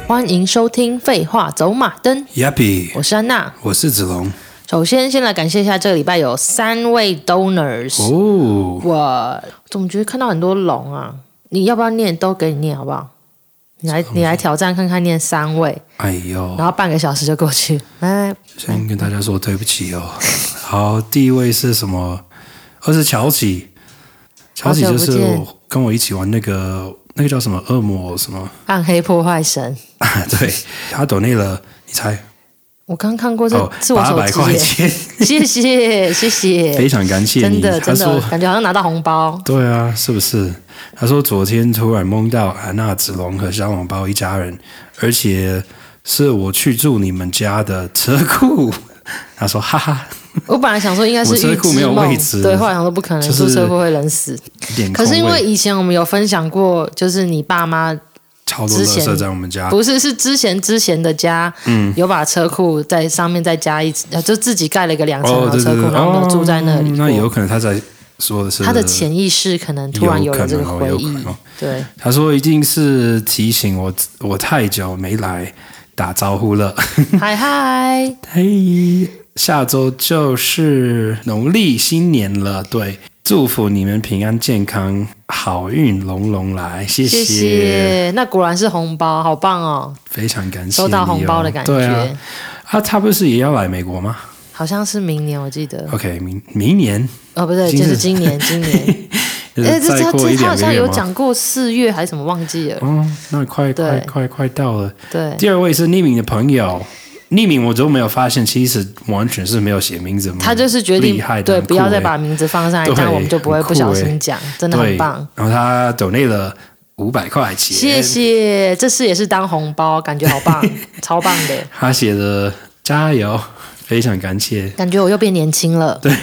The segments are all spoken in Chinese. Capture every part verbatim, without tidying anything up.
欢迎收听废话走马灯 Yappy， 我是安娜， 我是子龙。 首先先来感谢一下这个礼拜有三位 donors 哦， 我总觉得看到很多龙啊，你要不要念都给你念好不好？你来你来挑战看看念三位， 哎呦， 然后半个小时就过去。来， 先跟大家说对不起哦。好，第一位是什么？哦，是乔起，乔起就是我跟我一起玩那个那个叫什么恶魔什么暗黑破坏神。 对，他抖内了，你猜？ 我刚看过这、 哦、 是我手机耶， 八百块钱， 谢谢谢谢， 非常感谢你， 真的真的感觉好像拿到红包。 对啊，是不是？他说昨天突然梦到安娜、子龙和小笼包一家人，而且是我去住你们家的车库。他说哈哈， 我本来想说应该是预知梦， 车库没有位置， 对，后来想说不可能，住、就是、车库会冷死。可是因为以前我们有分享过，就是你爸妈超多垃圾在我们家， 不是是之前之前的家，嗯，有把车库在上面再加一，就自己盖了一个两层楼的车库， 哦、 然后我们住在那里、 哦。那有可能他在说的是他的潜意识，可能突然有了这个回忆。 哦、 对， 他说一定是提醒我，我太久没来打招呼了。 嗨嗨， 嘿，下周就是农历新年了，对。祝福你们平安健康，好运隆隆来，谢谢。 谢谢。那果然是红包，好棒哦！ 非常感谢、哦， 收到红包的感觉。 对啊，啊，他不是也要来美国吗？ 好像是明年，我记得。 OK， 明明年哦，不对，就是今年，今年。 哎， 这再过一两个月吗？ 他好像有讲过四月还是什么，忘记了。 哦，那快快快快到了。 对。 第二位是匿名的朋友。匿名我都没有发现，其实完全是没有写名字。 他就是决定对，不要再把名字放上来，这样我们就不会不小心讲，真的很棒。 然后他抖内了五百块钱， 谢谢，这次也是当红包，感觉好棒，超棒的。 他写的加油，非常感谢， 感觉我又变年轻了。 对。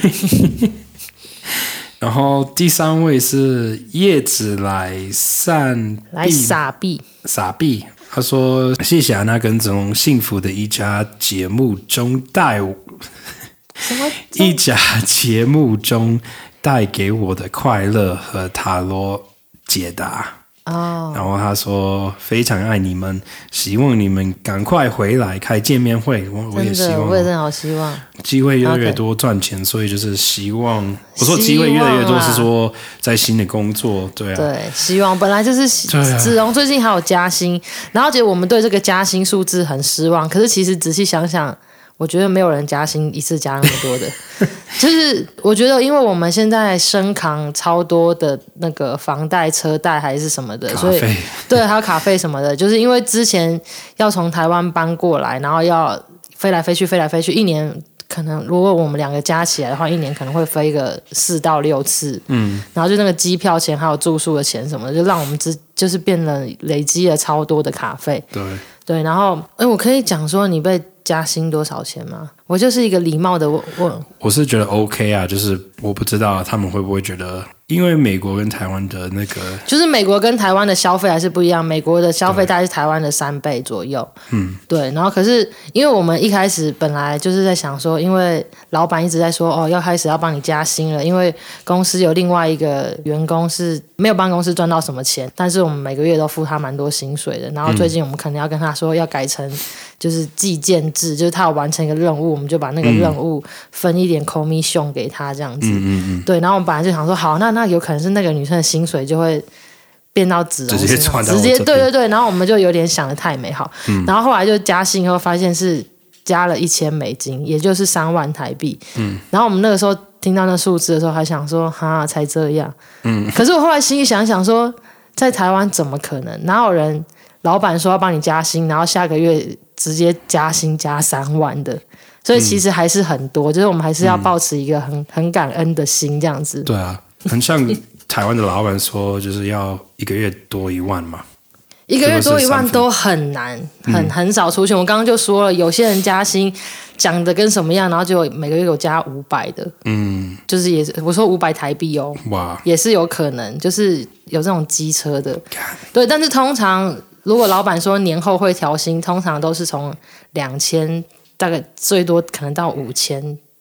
然后第三位是叶子来散来傻币， 傻币。他说：“谢谢安娜跟子龙幸福的一家节目中带我什么一家节目中带给我的快乐和塔罗解答。”哦，然后他说非常爱你们，希望你们赶快回来开见面会。我我也希望， 我也真的好希望机会越来越多赚钱， okay. 所以就是希望。我说机会越来越多是说在新的工作，对啊， 对，希望本来就是子龙最近还有加薪，然后结果我们对这个加薪数字很失望，可是其实仔细想想。我觉得没有人加薪一次加那么多的，就是我觉得，因为我们现在身扛超多的那个房贷、车贷还是什么的，所以对，还有卡费什么的，就是因为之前要从台湾搬过来，然后要飞来飞去、飞来飞去，一年可能如果我们两个加起来的话，一年可能会飞个四到六次，嗯，然后就那个机票钱还有住宿的钱什么的，就让我们之就是变得累积了超多的卡费， 对对，然后哎，我可以讲说你被加薪多少钱吗？我就是一个礼貌的问。 我是觉得 OK 啊，就是我不知道他们会不会觉得，因为美国跟台湾的那个， 就是美国跟台湾的消费还是不一样，美国的消费大概是台湾的三倍左右。嗯，对。然后可是因为我们一开始本来就是在想说，因为老板一直在说哦，要开始要帮你加薪了，因为公司有另外一个员工是没有帮公司赚到什么钱，但是我们每个月都付他蛮多薪水的。然后最近我们可能要跟他说要改成就是计件制，就是他有完成一个任务，我们就把那个任务分一点 commission 给他这样子。嗯嗯嗯。对，然后我们本来就想说，好，那那有可能是那个女生的薪水就会变到子龙身上， 直接传到我直接对对对，然后我们就有点想得太美好。嗯。然后后来就加薪以后发现是加了一千美金，也就是三万台币。嗯。然后我们那个时候听到那数字的时候，还想说，哈，才这样。嗯。可是我后来心里想想说，在台湾怎么可能？哪有人老板说要帮你加薪，然后下个月直接加薪加三万的？所以其实还是很多，嗯、就是我们还是要抱持一个很、嗯、很感恩的心这样子。 对啊，很像台湾的老板说，就是要一个月多一万嘛。 一个月多一万都很难，很很少出现。我刚刚就说了，有些人加薪讲的跟什么样，然后就每个月有加五百的，嗯，就是也是我说五百台币哦，哇，也是有可能，就是有这种机车的，对。但是通常如果老板说年后会调薪，通常都是从两千，大概最多可能到五千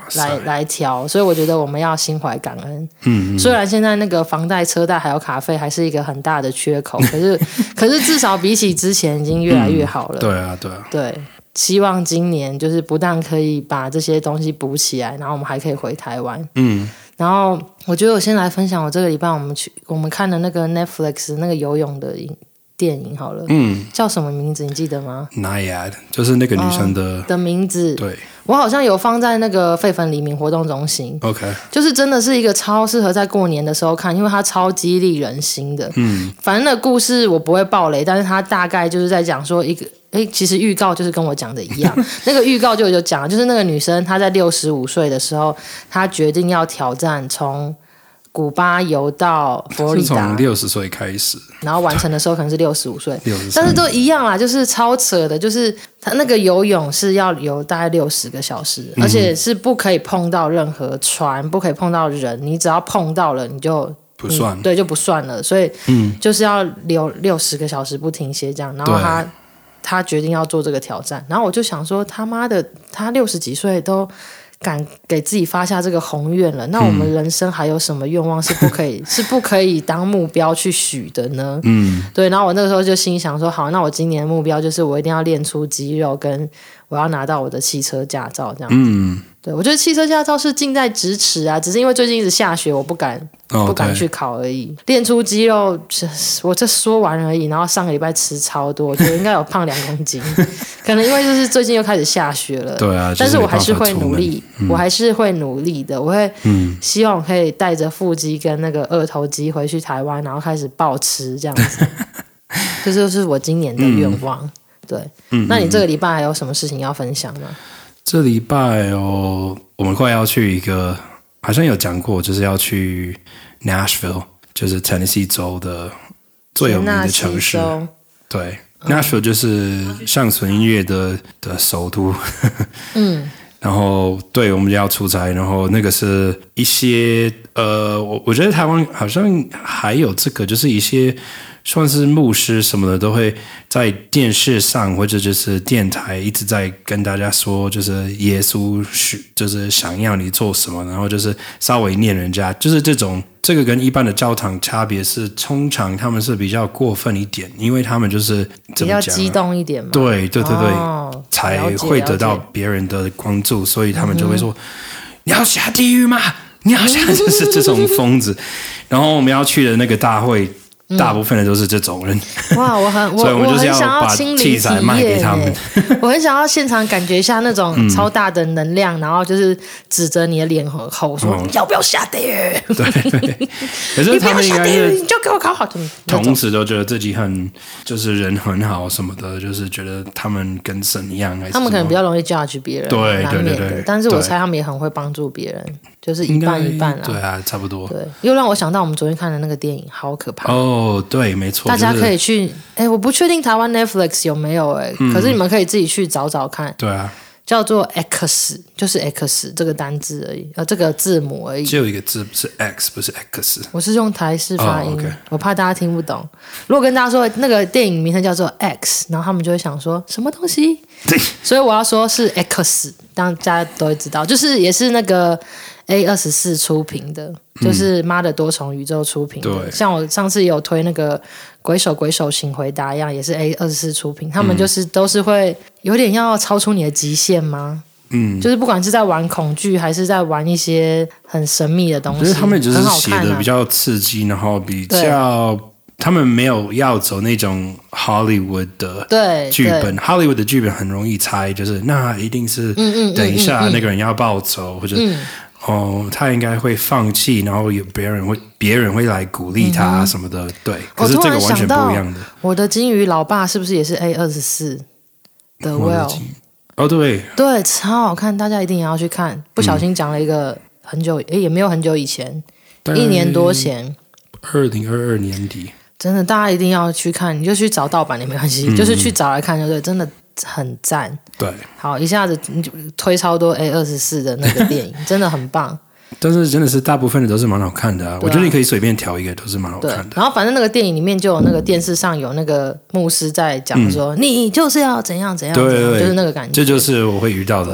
来来调，所以我觉得我们要心怀感恩。 嗯，嗯虽然现在那个房贷、车贷还有卡费还是一个很大的缺口，可是可是至少比起之前已经越来越好了。 嗯、对啊，对啊， 对。希望今年就是不但可以把这些东西补起来，然后我们还可以回台湾。 嗯， 然后我觉得我先来分享我这个礼拜我们去我们看的那个 Netflix 那个游泳的影电影好了。 嗯， 叫什么名字你记得吗？ Naiad 就是那个女生的、 哦、的名字。 对， 我好像有放在那个废粉黎明活动中心。 OK， 就是真的是一个超适合在过年的时候看，因为它超激励人心的。 嗯， 反正那个故事我不会爆雷，但是它大概就是在讲说一个诶，其实预告就是跟我讲的一样。那个预告就有讲，就是那个女生她在六十五岁的时候，她决定要挑战从古巴游到佛罗里达， 是从六十岁开始， 然后完成的时候可能是六十五岁， 六十， 但是都一样啦，就是超扯的，就是她那个游泳是要游大概六十个小时，而且是不可以碰到任何船，不可以碰到人，你只要碰到了你就不算， 对，就不算了，所以嗯， 就是要游六十个小时不停歇这样，然后她。他决定要做这个挑战，然后我就想说，他妈的，他六十几岁都敢给自己发下这个宏愿了，那我们人生还有什么愿望是不可以是不可以当目标去许的呢？ 嗯， 对。然后我那个时候就心想说，好，那我今年的目标就是我一定要练出肌肉，跟我要拿到我的汽车驾照这样子。 嗯， 对，我觉得汽车驾照是近在咫尺啊，只是因为最近一直下雪，我不敢。 哦、 不敢去考而已。练出肌肉，我这说完而已。然后上个礼拜吃超多，我觉得应该有胖两公斤。可能因为就是最近又开始下雪了。 对啊， 但是我还是会努力， 嗯、 我还是会努力的。我会希望可以带着腹肌跟那个二头肌回去台湾，然后开始暴吃这样子。这就是我今年的愿望。嗯、对、嗯，那你这个礼拜还有什么事情要分享吗？ 这礼拜哦，我们快要去一个。好像有讲过，就是要去 Nashville， 就是 Tennessee 州的最有名的城市。对、嗯、，Nashville 就是乡村音乐的的首都。嗯，然后对，我们要出差，然后那个是一些呃，我我觉得台湾好像还有这个，就是一些算是牧师什么的都会在电视上或者就是电台一直在跟大家说，就是耶稣是就是想要你做什么，然后就是稍微念人家，就是这种。这个跟一般的教堂差别是，通常他们是比较过分一点，因为他们就是比较激动一点嘛。 对对对对、哦，才会得到别人的关注，所以他们就会说：“嗯、你要下地狱吗？你要下就是这种疯子。”然后我们要去的那个大会。大部分的都是这种人， 哇！我很， 所以我们就是要把器材卖给他们。 我很想要现场感觉一下那种超大的能量，嗯、然后就是指着你的脸和吼说、嗯：“要不要下地狱？” 对对。可是他们应该是你就给我考好， 同时都觉得自己很就是人很好什么的，就是觉得他们跟神一样。 他们可能比较容易 judge 别人， 对对对对。 但是我猜他们也很会帮助别人，就是一半一半啦。 对啊，差不多。 对，又让我想到我们昨天看的那个电影，好可怕哦。哦，对，没错， 大家可以去。哎、就是，我不确定台湾 Netflix 有没有哎、欸嗯，可是你们可以自己去找找看。 对啊， 叫做 X， 就是 X 这个单字而已，呃，这个字母而已。 只有一个字，不是 X， 不是 X。 我是用台式发音， oh, okay. 我怕大家听不懂。如果跟大家说那个电影名称叫做 X， 然后他们就会想说什么东西？所以我要说是 X， 大家都会知道，就是也是那个 A 二十四出品的，就是妈的多重宇宙出品的。 嗯、 像我上次有推那个鬼手鬼手请回答一样，也是 A 二十四出品，他们就是都是会有点要超出你的极限吗？嗯，就是不管是在玩恐惧，还是在玩一些很神秘的东西， 我觉得他们就是写的比较刺激，然后比较他们没有要走那种 Hollywood 的剧本。Hollywood 的剧本很容易猜，就是那一定是等一下那个人要暴走，或者、嗯、哦他应该会放弃，然后有别人会别人会来鼓励他什么的。嗯、对，可是这个完全不一样的。 我的金鱼老爸是不是也是 A 二十四的 Well？ 哦，对对，超好看，大家一定也要去看。不小心讲了一个很久，诶、嗯，也没有很久以前，一年多前， 二零二二年底， 真的，大家一定要去看。你就去找盗版也没关系、嗯，就是去找来看，就对，真的很赞。 对， 好，一下子你就推超多 A 二十四的那个电影，真的很棒。 但是真的是大部分的都是蛮好看的啊，啊我觉得你可以随便挑一个都是蛮好看的。 然后反正那个电影里面就有那个电视上有那个牧师在讲说、嗯，你就是要怎样怎样怎样， 对对对， 就是那个感觉。 这就是我会遇到的。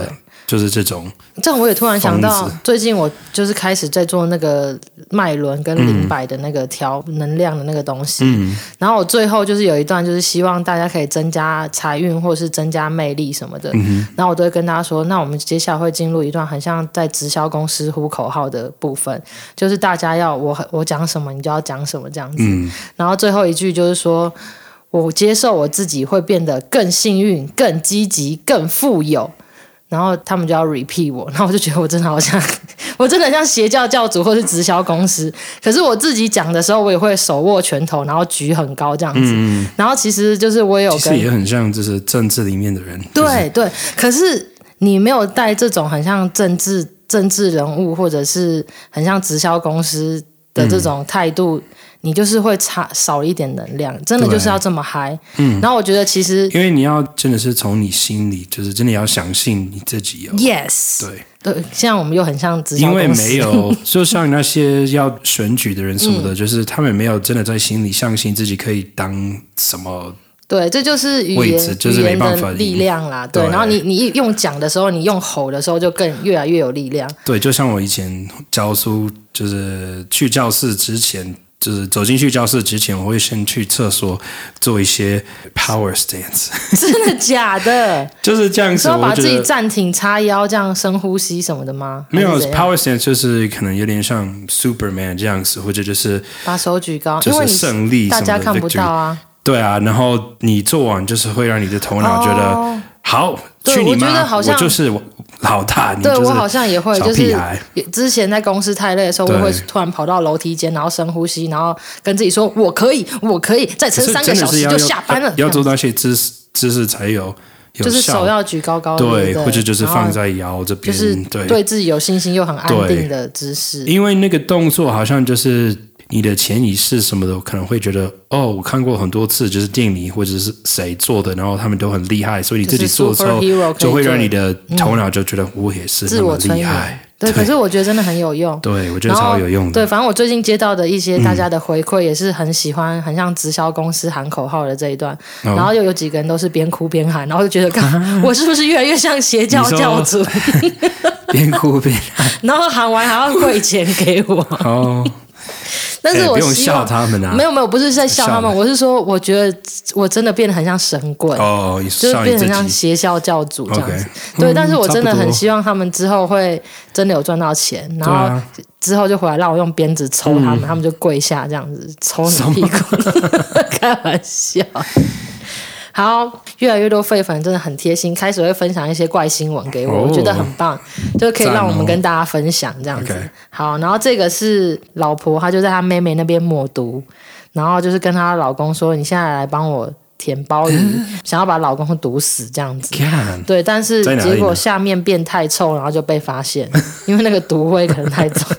就是这种。 这样我也突然想到，最近我就是开始在做那个脉轮跟灵摆的那个调能量的那个东西，嗯，然后我最后就是有一段就是希望大家可以增加财运或是增加魅力什么的，嗯，然后我都会跟大家说，那我们接下来会进入一段很像在直销公司呼口号的部分，就是大家要我我讲什么你就要讲什么这样子，嗯，然后最后一句就是说我接受我自己会变得更幸运、更积极、更富有。然后他们就要 repeat 我，然后我就觉得我真的好像，我真的很像邪教教主或是直销公司。可是我自己讲的时候，我也会手握拳头，然后举很高这样子。嗯、然后其实就是我也有跟， 其实也很像就是政治里面的人。 对、 就是、 对，可是你没有带这种很像政治政治人物，或者是很像直销公司的这种态度。嗯，你就是会差少一点能量，真的就是要这么嗨。嗯，然后我觉得其实， 因为你要真的是从你心里，就是真的要相信你自己有。 Yes， 对对，现在我们又很像直销公司， 因为没有，就像那些要选举的人什么的，嗯、就是他们没有真的在心里相信自己可以当什么。 对，这就是语言就是没办法语言的力量啦。对， 对然后你你用讲的时候，你用吼的时候，就更越来越有力量。 对，就像我以前教书，就是去教室之前。就是走进去教室之前，我会先去厕所做一些 power stance。 真的假的？ 就是这样子， 你要把自己暂停、叉腰，这样深呼吸什么的吗？ 没有 power stance， 就是可能有点像 Superman 这样子，或者就是把手举高， 就是胜利， 大家看不到啊。 对啊，然后你做完就是会让你的头脑觉得、哦、好，去你妈！我就是老大，你就是对我好像也会，就是之前在公司太累的时候，我会突然跑到楼梯间，然后深呼吸，然后跟自己说：“我可以，我可以，再撑三个小时就下班了。” 要做那些姿势姿势才有。 就是手要举高高的， 对，或者就是放在腰这边， 就是对自己有信心又很安定的姿势。 因为那个动作好像就是你的潜意识什么的，可能会觉得哦，我看过很多次，就是电影或者是谁做的，然后他们都很厉害，所以你自己做的时候，就会让你的头脑就觉得我也是那么厉害。 对，可是我觉得真的很有用。 对，我觉得超有用的。 对，反正我最近接到的一些大家的回馈也是很喜欢，很像直销公司喊口号的这一段，哦、然后又有几个人都是边哭边喊，然后就觉得，啊、我是不是越来越像邪教教主？ 边哭边喊， 然后喊完还要汇钱给我。 哦。 但是我、欸、 不用笑他们啊！ 没有没有，不是在笑他们，我是说，我觉得我真的变得很像神棍哦， 就是变得很像邪教教主这样子。 Okay, 对、嗯，但是我真的很希望他们之后会真的有赚到钱，然后之后就回来让我用鞭子抽他们，嗯、他们就跪下这样子抽你屁股，开玩笑。好，越来越多废粉真的很贴心，开始会分享一些怪新闻给我， oh, 我觉得很棒，就可以让我们跟大家分享这样子。 Okay. 好，然后这个是老婆，她就在她妹妹那边抹毒，然后就是跟她老公说：“你现在来帮我舔鲍鱼，想要把老公毒死这样子。”对，但是结果下面变太臭，然后就被发现，因为那个毒味可能太重。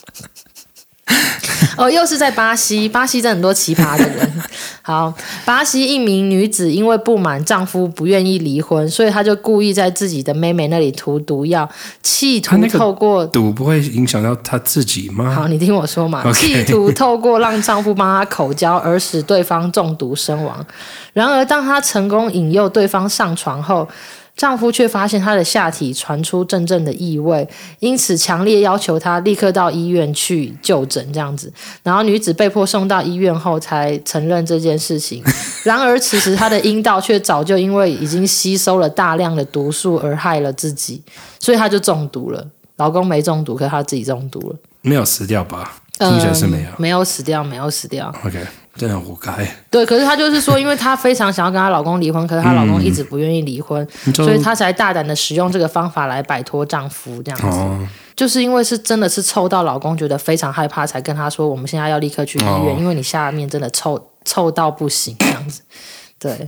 哦，又是在巴西，巴西真的很多奇葩的人。好，巴西一名女子因为不满丈夫不愿意离婚，所以她就故意在自己的妹妹那里涂毒药，企图透过毒不会影响到她自己吗？ 好，你听我说嘛， okay. 企图透过让丈夫帮她口交而使对方中毒身亡。然而，当她成功引诱对方上床后，丈夫却发现她的下体传出阵阵的异味，因此强烈要求她立刻到医院去就诊这样子。然后女子被迫送到医院后才承认这件事情。然而此时她的阴道却早就因为已经吸收了大量的毒素而害了自己，所以她就中毒了。老公没中毒，可是她自己中毒了。 没有死掉吧？听起来是没有、 嗯、没有死掉，没有死掉。 OK， 真的活该。 对，可是她就是说，因为她非常想要跟她老公离婚，可是她老公一直不愿意离婚、嗯、所以她才大胆的使用这个方法来摆脱丈夫这样子、哦、就是因为是真的是臭到老公觉得非常害怕，才跟她说我们现在要立刻去医院、哦、因为你下面真的臭臭到不行这样子。对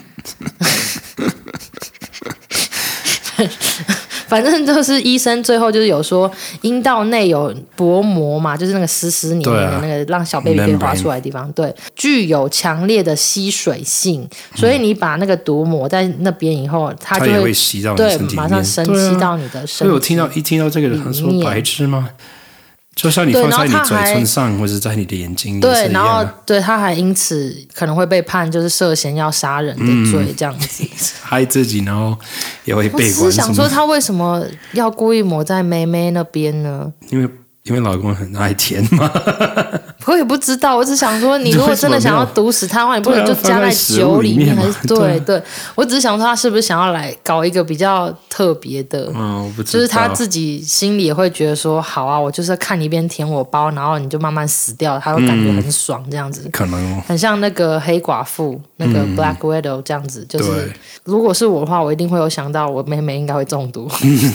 反正就是医生最后就是有说阴道内有薄膜嘛，就是那个丝丝黏黏的那个让小 baby 可以滑出来的地方，对，具有强烈的吸水性，所以你把那个毒抹在那边以后，它就 会, 它也会吸到你身体里面， 对，马上深吸到你的身体。 所以我听到一听到这个人说白痴吗？ 就像你放在你嘴唇上，或者在你的眼睛， 对，然后对他还因此可能会被判就是涉嫌要杀人的罪，这样子、嗯、 害自己，然后也会被关。 我只是想说，他为什么要故意抹在妹妹那边呢？ 因为因为老公很爱甜嘛。 我也不知道，我只想说，你如果真的想要毒死他的话，你不能就加在酒里面，还是对对？我只是想说，他是不是想要来搞一个比较特别的？ 嗯，我不知道， 就是他自己心里也会觉得说，好啊，我就是看你一边舔我包，然后你就慢慢死掉，他会感觉很爽，这样子。 可能很像那个黑寡妇，那个 Black Widow 这样子。就是，如果是我的话，我一定会有想到，我妹妹应该会中毒。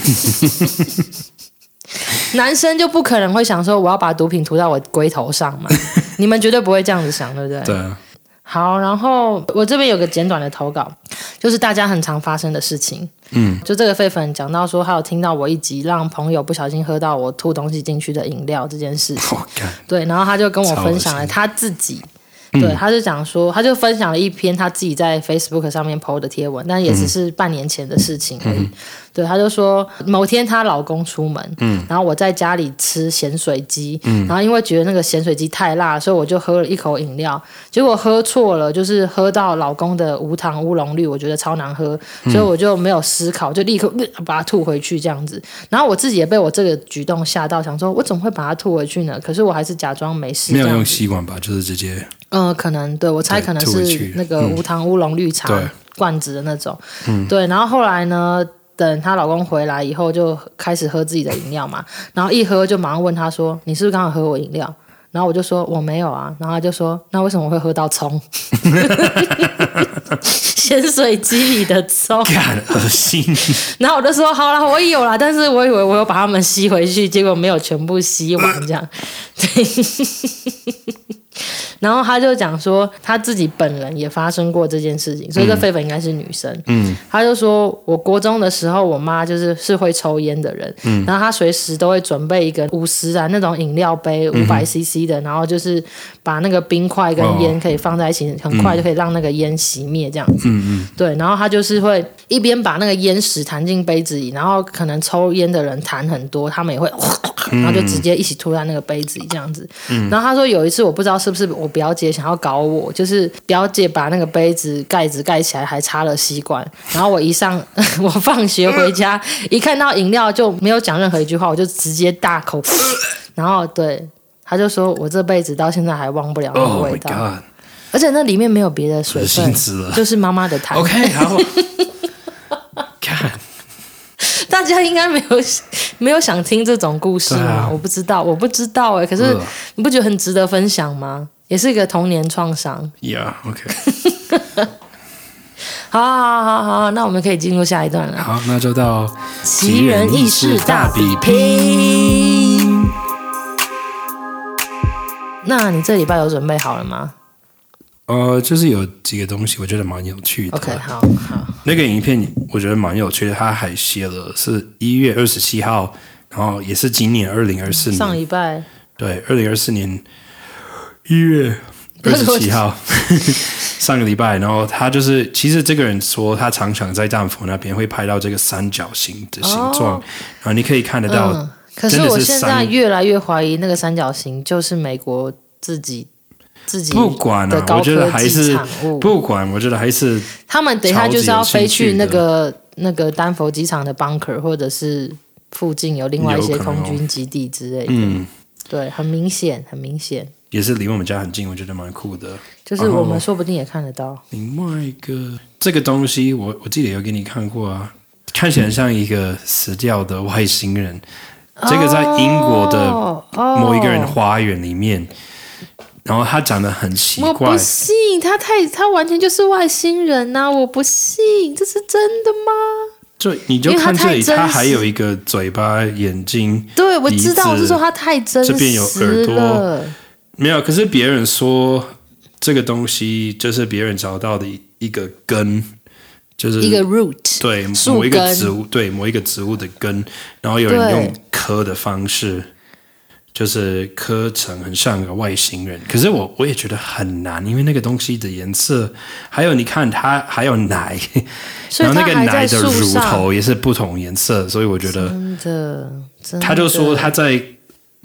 男生就不可能会想说我要把毒品涂在我龟头上嘛，你们绝对不会这样子想，对不对？ 对啊。 好，然后我这边有个简短的投稿，就是大家很常发生的事情。嗯，就这个废粉讲到说，他有听到我一集让朋友不小心喝到我吐东西进去的饮料这件事情。 Oh, 对，然后他就跟我分享了他自己。对，他就讲说，他就分享了一篇他自己在 Facebook 上面 po 的贴文，但也只是半年前的事情而已。嗯、对，他就说某天她老公出门，嗯，然后我在家里吃咸水鸡，嗯，然后因为觉得那个咸水鸡太辣，所以我就喝了一口饮料，结果喝错了，就是喝到老公的无糖乌龙绿，我觉得超难喝，所以我就没有思考，就立刻、呃、把它吐回去这样子。然后我自己也被我这个举动吓到，想说我怎么会把它吐回去呢？可是我还是假装没事， 没有用吸管吧，就是直接。 嗯、呃，可能对我猜可能是那个无糖乌龙绿茶罐子的那种，嗯，对。然后后来呢，等她老公回来以后，就开始喝自己的饮料嘛。然后一喝就马上问他说：“你是不是刚刚喝我饮料？”然后我就说：“我没有啊。”然后他就说：“那为什么会喝到葱？”咸水鸡里的葱， 干恶心。 然后我就说：“好啦，我有啦，但是我以为我有把它们吸回去，结果没有全部吸完，这样。”对。然后他就讲说他自己本人也发生过这件事情，所以这狒狒应该是女生。嗯，他就说我国中的时候，我妈就是是会抽烟的人，嗯，然后她随时都会准备一个五十啊那种饮料杯，五百 C C 的，然后就是把那个冰块跟烟可以放在一起，很快就可以让那个烟熄灭这样子。嗯嗯，对，然后他就是会一边把那个烟屎弹进杯子里，然后可能抽烟的人弹很多，他们也会。然后就直接一起吐在那个杯子里这样子。嗯、然后他说有一次我不知道是不是我表姐想要搞我，就是表姐把那个杯子盖子盖起来还插了吸管，然后我一上我放学回家一看到饮料就没有讲任何一句话，我就直接大口，然後对他就说我这辈子到现在还忘不了那个味道。Oh my God. 而且那里面没有别的水分，就是妈妈的痰。 OK 好。看大家应该没有没有想听这种故事吗？啊、我不知道，我不知道哎、欸。可是你不觉得很值得分享吗？也是一个童年创伤。 Yeah, OK 好。好，好，好，好，那我们可以进入下一段了。 好，那就到奇人异事大比拼。那你这礼拜有准备好了吗？ 呃，就是有几个东西我觉得蛮有趣的。 OK 好好， 那个影片我觉得蛮有趣的，他还写了是一月二十七号，然后也是今年二零二四年上礼拜， 对，二零二四年一月二十七号上个礼拜，然后他就是其实这个人说他常常在丹佛那边会拍到这个三角形的形状、哦、然后你可以看得到、嗯、 可是我现在越来越怀疑那个三角形就是美国自己自己不管啊，我觉得还是不管，我觉得还是他们等一下就是要飞去那个那个丹佛机场的 bunker， 或者是附近有另外一些空军基地之类的。嗯，对，很明显，很明显， 也是离我们家很近，我觉得蛮酷的。 就是我们说不定也看得到。 另外一个这个东西我，我记得有给你看过啊，看起来像一个死掉的外星人。嗯、这个在英国的某一个人花园里面。然后他长得很奇怪， 我不信，他太他完全就是外星人呐、啊！我不信，这是真的吗？ 就你就看这里，他还有一个嘴巴、眼睛， 对，我知道，我是说他太真实了。 这边有耳朵，没有。可是别人说这个东西就是别人找到的一个根，就是一个 root， 对，某一个植物，对，某一个植物的根，然后有人用刻的方式。就是刻成很像个外星人，可是我我也觉得很难，因为那个东西的颜色，还有你看它还有奶，然后那个奶的乳头也是不同颜色，所以我觉得真的，真的他就说他在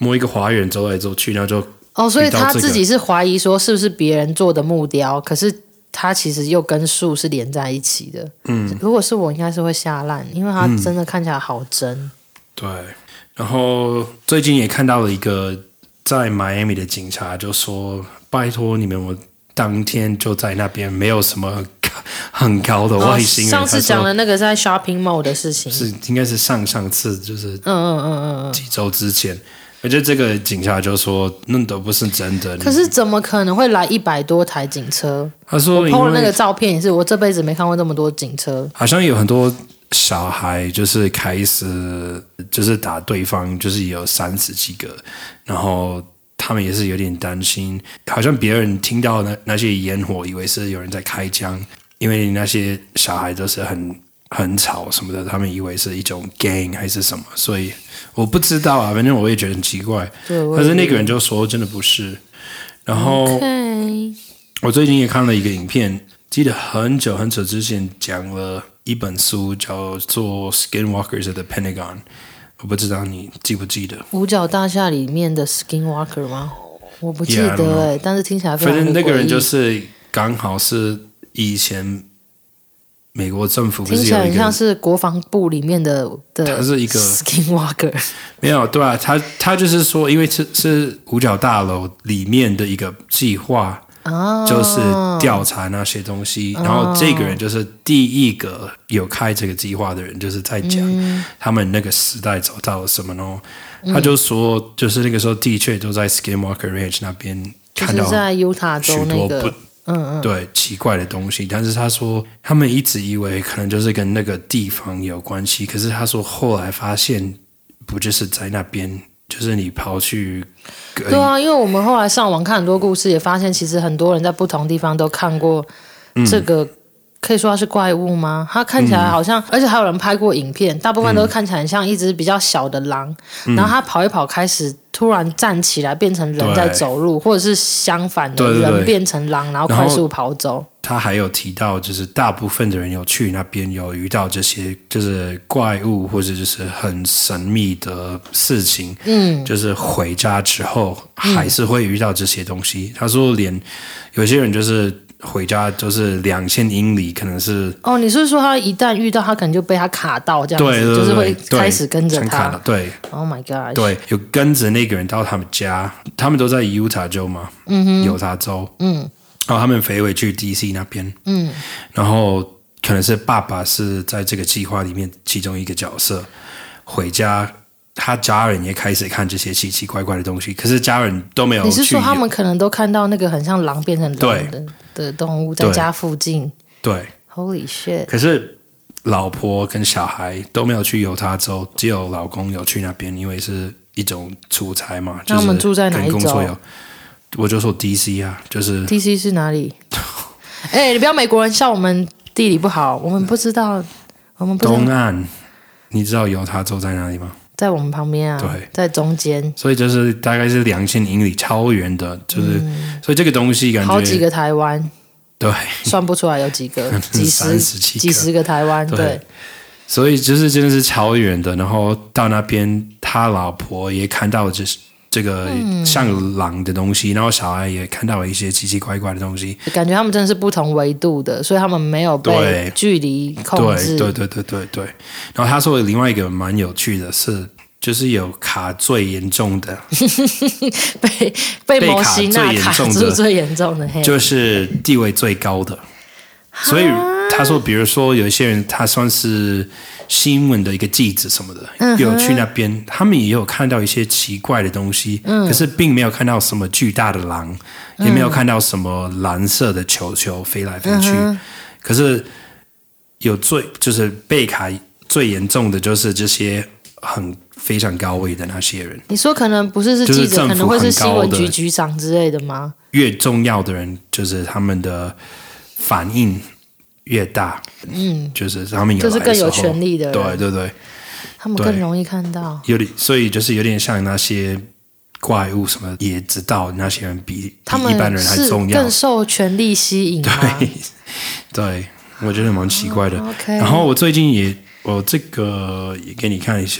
摸一个花园走来走去，然后就哦，所以他自己是怀疑说是不是别人做的木雕，可是他其实又跟树是连在一起的。嗯，如果是我，应该是会吓烂，因为他真的看起来好真。嗯、 对，然后最近也看到了一个在 Miami 的警察就说：“拜托你们，我当天就在那边，没有什么很高的外星人。哦” 上次讲的那个在 shopping mall 的事情， 是应该是上上次，就是嗯嗯嗯嗯嗯， 几周之前。我觉得这个警察就说那都不是真的。 可是怎么可能会来一百多台警车？ 他说我 po 了那个照片也是，我这辈子没看过这么多警车。 好像有很多小孩就是开始就是打对方，就是有三十几个，然后他们也是有点担心，好像别人听到那那些烟火，以为是有人在开枪，因为那些小孩都是很很吵什么的，他们以为是一种 gang 还是什么，所以我不知道啊，反正我也觉得很奇怪。可是那个人就说真的不是。然后、okay. 我最近也看了一个影片，记得很久很久之前讲了一本书叫做 Skinwalkers of the Pentagon， 我不知道你记不记得五角大厦里面的 Skinwalker 吗？我不记得、欸 yeah, 但是听起来非常的诡异。反正那个人就是刚好是以前美国政府不是有一个，听起来很像是国防部里面的的， 他是一个 Skinwalker， 没有对啊，他他就是说，因为是是五角大楼里面的一个计划，哦、就是调查那些东西，哦、然后这个人就是第一个有开这个计划的人，就是在讲他们那个时代走到了什么呢？嗯、他就说，就是那个时候的确都在 Skinwalker Ranch 那边看到， 就是在犹他州那个。嗯嗯， 对，奇怪的东西，但是他说他们一直以为可能就是跟那个地方有关系，可是他说后来发现不就是在那边，就是你跑去， 对啊，因为我们后来上网看很多故事，也发现其实很多人在不同地方都看过这个。嗯，可以说它是怪物吗？它看起来好像、嗯、而且还有人拍过影片，大部分都看起来很像一只比较小的狼、嗯、然后它跑一跑开始突然站起来变成人在走路，或者是相反的， 对对对， 人变成狼然后快速跑走。 他还有提到就是大部分的人有去那边有遇到这些就是怪物或者就是很神秘的事情，嗯，就是回家之后还是会遇到这些东西、嗯、他说连有些人就是回家就是两千英里，可能是哦，你是说他一旦遇到他可能就被他卡到这样子， 对对对， 就是会开始跟着他， 对 ，Oh my god， 对，有跟着那个人到他们家，他们都在犹他州嘛，嗯哼，犹他州，嗯，然后他们飞回去 D C 那边，嗯，然后可能是爸爸是在这个计划里面其中一个角色，回家。他家人也开始看这些奇奇怪怪的东西，可是家人都没有去。 你是说他们可能都看到那个很像狼变成狼的的动物在家附近？ 对 ，Holy shit！ 可是老婆跟小孩都没有去犹他州，只有老公有去那边，因为是一种出差嘛。 那他们住在哪一州？ 我就说 D C 啊，就是 D C 是哪里？哎、欸，你不要美国人笑我们地理不好，我们不知道，我们不知道东岸。你知道犹他州在哪里吗？ 在我们旁边啊， 对， 在中间， 所以就是大概是两千英里，超远的，就是、嗯，所以这个东西感觉好几个台湾， 对， 算不出来有几个，几十几几十个台湾，对，对， 所以就是真的是超远的。然后到那边，他老婆也看到这这个像狼的东西、嗯，然后小孩也看到了一些奇奇怪怪的东西， 感觉他们真的是不同维度的，所以他们没有被距离控制。 对对对对对对。然后他说另外一个蛮有趣的是，就是有卡最严重的， 被被摩西娜卡住最严重的， 就是地位最高的。所以他说，比如说有一些人，他算是新闻的一个记者什么的，嗯、有去那边，他们也有看到一些奇怪的东西，嗯、可是并没有看到什么巨大的狼，嗯、也没有看到什么蓝色的球球飞来飞去。嗯、可是有最就是被卡最严重的就是这些很非常高位的那些人。 你说可能不是是记者， 就是、 可能会是新闻局局长之类的吗？ 越重要的人，就是他们的反应越大，嗯，就是他们有就是更有权力的人， 对对对， 他们更容易看到。 有点，所以就是有点像那些怪物什么，也知道那些人比比一般人还重要， 更受权力吸引。 对，对，我觉得蛮奇怪的。 哦 okay、 然后我最近也，我这个也给你看一下，我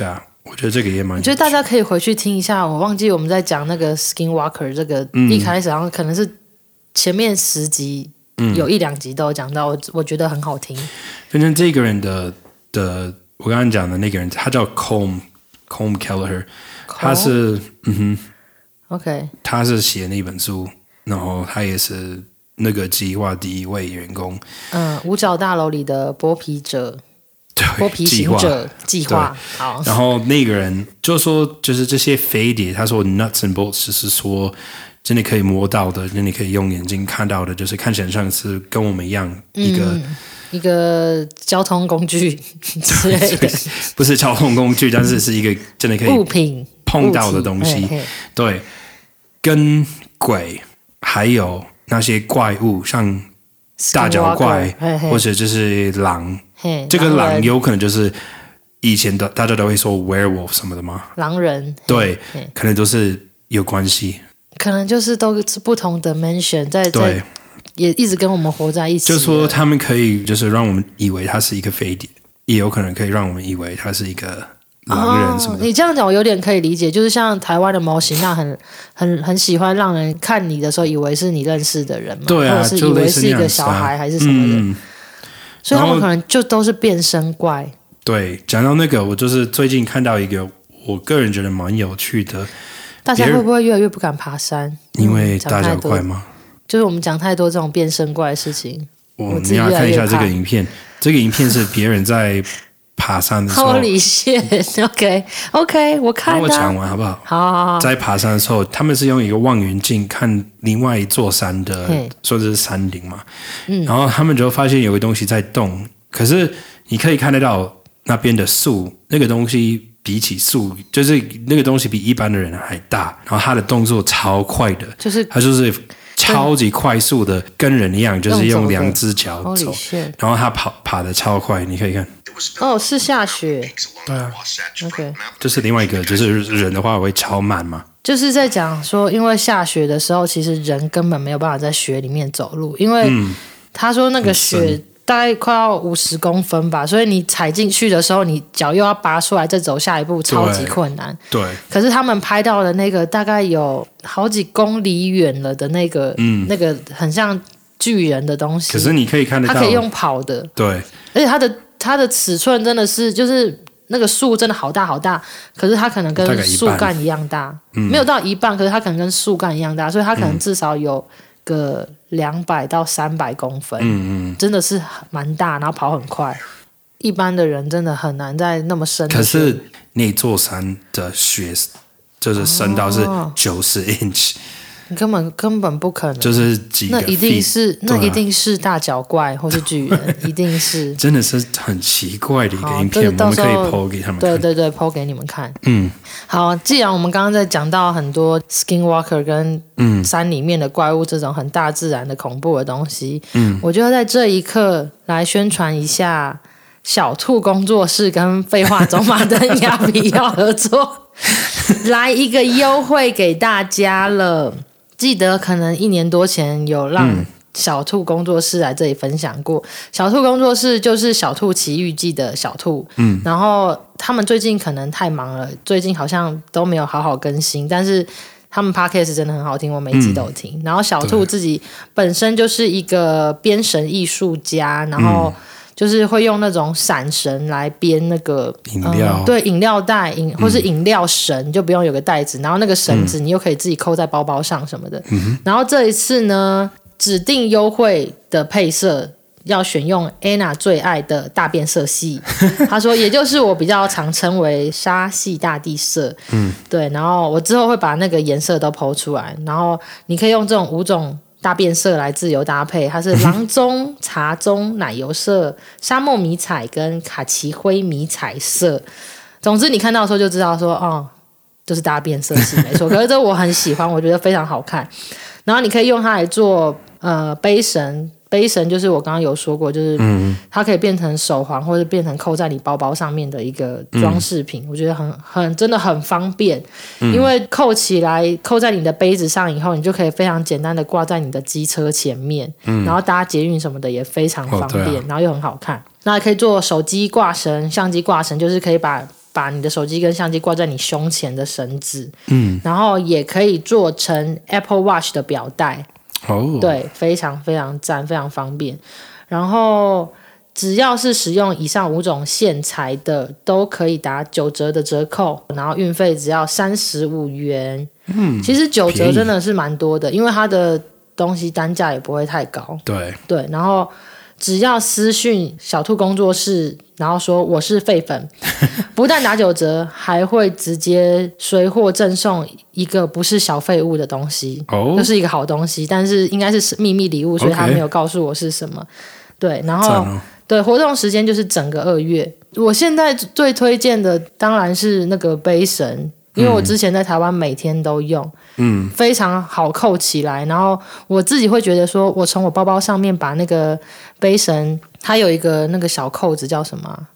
我觉得这个也蛮，我觉得大家可以回去听一下。我忘记我们在讲那个 Skinwalker 这个、嗯、一开始，然后可能是前面十集、嗯、有一两集都有讲到，我我觉得很好听。 反正这个人的的，我刚刚讲的那个人，他叫 Colm Colm Kelleher， 他是嗯哼 ，OK， 他是写那本书，然后他也是那个计划第一位员工。 嗯，五角大楼里的剥皮者。剥皮行者计划，好。 然后那个人就说，就是这些飞碟，他说 nuts and bolts， 就是说真的可以摸到的，真的可以用眼睛看到的，就是看起来像是跟我们一样一个、 嗯、一个交通工具之类的， 不是交通工具，但是是一个真的可以物品碰到的东西。对，跟鬼还有那些怪物，像大脚怪， 嘿嘿或者就是狼。这个狼有可能就是以前的大家都会说 werewolf 什么的吗？ 狼人， 对，可能都是有关系， 可能就是都是不同的 dimension 在在也一直跟我们活在一起。 就是说他们可以就是让我们以为它是一个飞碟，也有可能可以让我们以为它是一个狼人什么的。 哦、你这样讲我有点可以理解，就是像台湾的模型那很很很喜欢让人看你的时候以为是你认识的人嘛， 对啊， 或者是以为是一个小孩还是什么的。嗯，所以他们可能就都是变身怪。 对，讲到那个，我就是最近看到一个，我个人觉得蛮有趣的。 大家会不会越来越不敢爬山？ 因为大脚怪吗？ 就是我们讲太多这种变身怪的事情。 我你要看一下这个影片，这个影片是别人在爬山的时候。 Holy shit！ OK OK， 我看、啊。 让我讲完好不好？ 好好好。 在爬山的时候，他们是用一个望远镜看另外一座山的，说这是山顶嘛。嗯。然后他们就发现有个东西在动，可是你可以看得到那边的树，那个东西比起树，就是那个东西比一般的人还大，然后他的动作超快的， 就是他就是超级快速的，跟人一样，就是用两只脚走，然后他跑爬得超快，你可以看。 哦，是下雪。 对啊 ，OK。 就是另外一个，就是人的话会超慢嘛。 就是在讲说，因为下雪的时候，其实人根本没有办法在雪里面走路，因为他说那个雪大概快要五十公分吧，所以你踩进去的时候，你脚又要拔出来再走下一步，超级困难。 对。 可是他们拍到的那个大概有好几公里远了的那个，嗯，那个很像巨人的东西。 可是你可以看得到， 它可以用跑的。 对。 而且它的它的尺寸真的是就是那个树真的好大好大，可是它可能跟树干一样大，没有到一半，可是它可能跟树干一样大，所以它可能至少有个两百到三百公分，嗯嗯，真的是蛮大，然后跑很快，一般的人真的很难在那么深的。 可是那座山的雪就是深到是九十 inch。 你根本根本不可能， 就是几个 feet， 那一定是、啊、那一定是大脚怪或是巨人，一定是真的是很奇怪的一个影片，我们可以 po 给他们看。 对对对 po 给你们看。 嗯， 好，既然我们刚刚在讲到很多 Skinwalker 跟山里面的怪物这种很大自然的恐怖的东西，嗯，我就要在这一刻来宣传一下小兔工作室跟废话走马灯要不要合作，来一个优惠给大家了。记得可能一年多前有让小兔工作室来这里分享过，嗯、小兔工作室就是小兔奇遇记的小兔，嗯，然后他们最近可能太忙了，最近好像都没有好好更新，但是他们 podcast 真的很好听，我每一集都有听。嗯、然后小兔自己本身就是一个编绳艺术家，然后就是会用那种闪绳来编那个饮料、 嗯，对，饮料袋饮或是饮料绳，嗯、就不用有个袋子，然后那个绳子你又可以自己扣在包包上什么的。嗯、然后这一次呢，指定优惠的配色要选用 Anna 最爱的大变色系，他说也就是我比较常称为沙系大地色。嗯，对，然后我之后会把那个颜色都 po 出来，然后你可以用这种五种大变色来自由搭配，它是郎棕、茶棕、奶油色、沙漠迷彩跟卡其灰迷彩色。总之你看到的时候就知道说，哦，就是大变色系没错。可是这我很喜欢，我觉得非常好看。然后你可以用它来做呃背绳。背绳就是我刚刚有说过，就是它可以变成手环或者变成扣在你包包上面的一个装饰品，嗯、我觉得很很真的很方便，嗯、因为扣起来扣在你的杯子上以后，你就可以非常简单的挂在你的机车前面，嗯、然后搭捷运什么的也非常方便，哦啊、然后又很好看。那可以做手机挂绳、相机挂绳，就是可以把把你的手机跟相机挂在你胸前的绳子，嗯，然后也可以做成 Apple Watch 的表带，哦，对，非常非常赞，非常方便。然后只要是使用以上五种线材的，都可以打九折的折扣，然后运费只要三十五元。嗯，其实九折真的是蛮多的，因为它的东西单价也不会太高。 对对，然后只要私讯小兔工作室，然后说我是废粉，不但打九折，还会直接随货赠送一个不是小废物的东西，哦，就是一个好东西，但是应该是秘密礼物，所以他没有告诉我是什么。对，然后、哦、对，活动时间就是整个二月。我现在最推荐的当然是那个杯绳，因为我之前在台湾每天都用，嗯，非常好扣起来。然后我自己会觉得说，我从我包包上面把那个杯绳，它有一个那个小扣子叫什么、啊？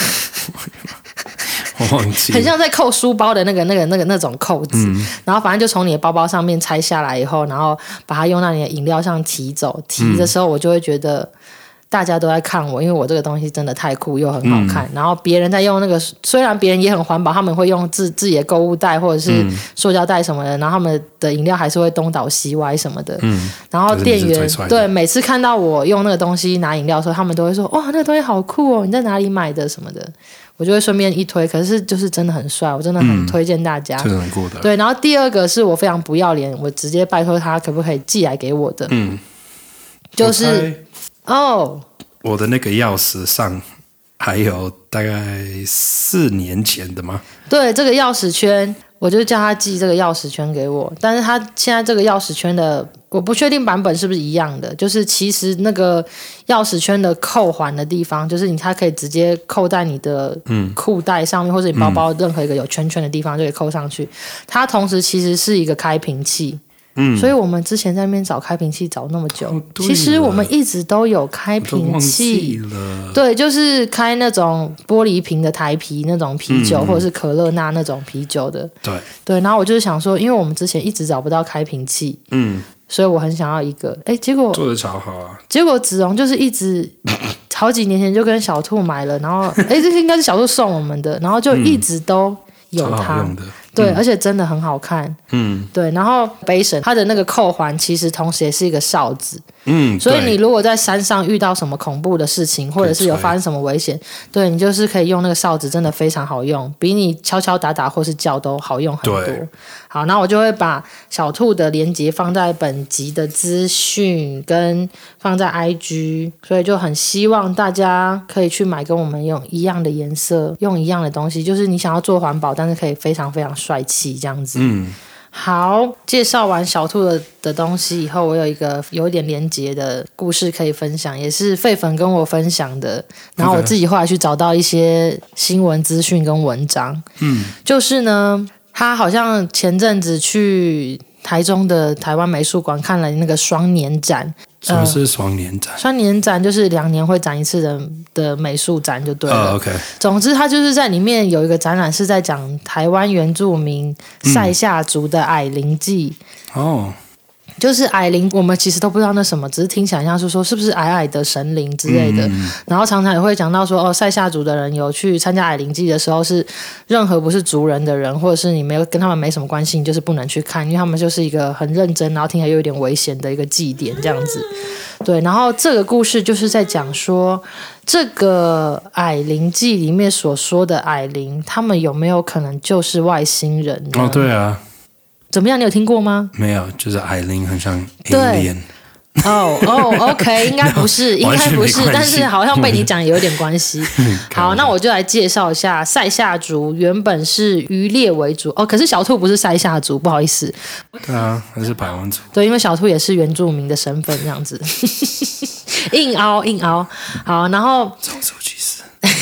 我忘记了， 很像在扣书包的那个、那个、那个那种扣子。嗯、然后反正就从你的包包上面拆下来以后，然后把它用到你的饮料上提走。提的时候，我就会觉得。大家都在看我，因为我这个东西真的太酷又很好看、嗯、然后别人在用那个，虽然别人也很环保，他们会用自自己的购物袋或者是塑胶袋什么的、嗯、然后他们的饮料还是会东倒西歪什么的、嗯、然后店员对每次看到我用那个东西拿饮料的时候，他们都会说哇那个东西好酷哦，你在哪里买的什么的，我就会顺便一推，可是就是真的很帅，我真的很推荐大家、 嗯、真的很酷的。 对，然后第二个是我非常不要脸，我直接拜托他可不可以寄来给我的，嗯，就是哦我的那个钥匙上还有大概四年前的吗？ 对，这个钥匙圈，我就叫他寄这个钥匙圈给我。但是他现在这个钥匙圈的，我不确定版本是不是一样的。就是其实那个钥匙圈的扣环的地方，就是你它可以直接扣在你的裤带上面，嗯、或者你包包任何一个有圈圈的地方就可以扣上去。它同时其实是一个开瓶器。嗯，所以我们之前在那边找开瓶器找那么久、哦、其实我们一直都有开瓶器，对，就是开那种玻璃瓶的台啤那种啤酒、嗯、或者是可乐娜那种啤酒的， 对对。然后我就是想说，因为我们之前一直找不到开瓶器，嗯，所以我很想要一个，哎，结果做得超好啊。 结果子荣就是一直好几年前就跟小兔买了，然后哎，这个应该是小兔送我们的，然后就一直都有它。嗯，超好用的。对、嗯，而且真的很好看。嗯，对。然后杯绳它的那个扣环其实同时也是一个哨子。嗯，所以你如果在山上遇到什么恐怖的事情，或者是有发生什么危险，对你就是可以用那个哨子，真的非常好用，比你敲敲打打或是叫都好用很多。好，那我就会把小兔的连结放在本集的资讯跟放在 I G， 所以就很希望大家可以去买跟我们用一样的颜色，用一样的东西，就是你想要做环保，但是可以非常非常帅气这样子。嗯。好，介绍完小兔 的, 的东西以后，我有一个有一点连结的故事可以分享，也是废粉跟我分享的，然后我自己后来去找到一些新闻资讯跟文章。嗯，就是呢，他好像前阵子去台中的台湾美术馆看了那个双年展。 什么是双年展？ 呃、双年展就是两年会展一次的的美术展就对了。 Oh, OK。 总之，它就是在里面有一个展览是在讲台湾原住民塞夏族的矮灵祭。哦。嗯 oh.就是矮灵，我们其实都不知道那什么，只是听起来像是说是不是矮矮的神灵之类的。嗯、然后常常也会讲到说，哦，塞夏族的人有去参加矮灵祭的时候，是任何不是族人的人，或者是你没有跟他们没什么关系，你就是不能去看，因为他们就是一个很认真，然后听起来又有点危险的一个祭典这样子。对，然后这个故事就是在讲说，这个矮灵祭里面所说的矮灵，他们有没有可能就是外星人呢？ 哦，对啊。 怎么样？你有听过吗？ 没有，就是矮灵很像 alien。 哦哦 ，OK， 应该不是，应该不是，但是好像被你讲有点关系。好，那我就来介绍一下塞夏族，原本是渔猎为主哦，可是小兔不是塞夏族，不好意思。 对啊，他是排湾族。 对，因为小兔也是原住民的身份，这样子，硬凹硬凹。好，然后种族歧视。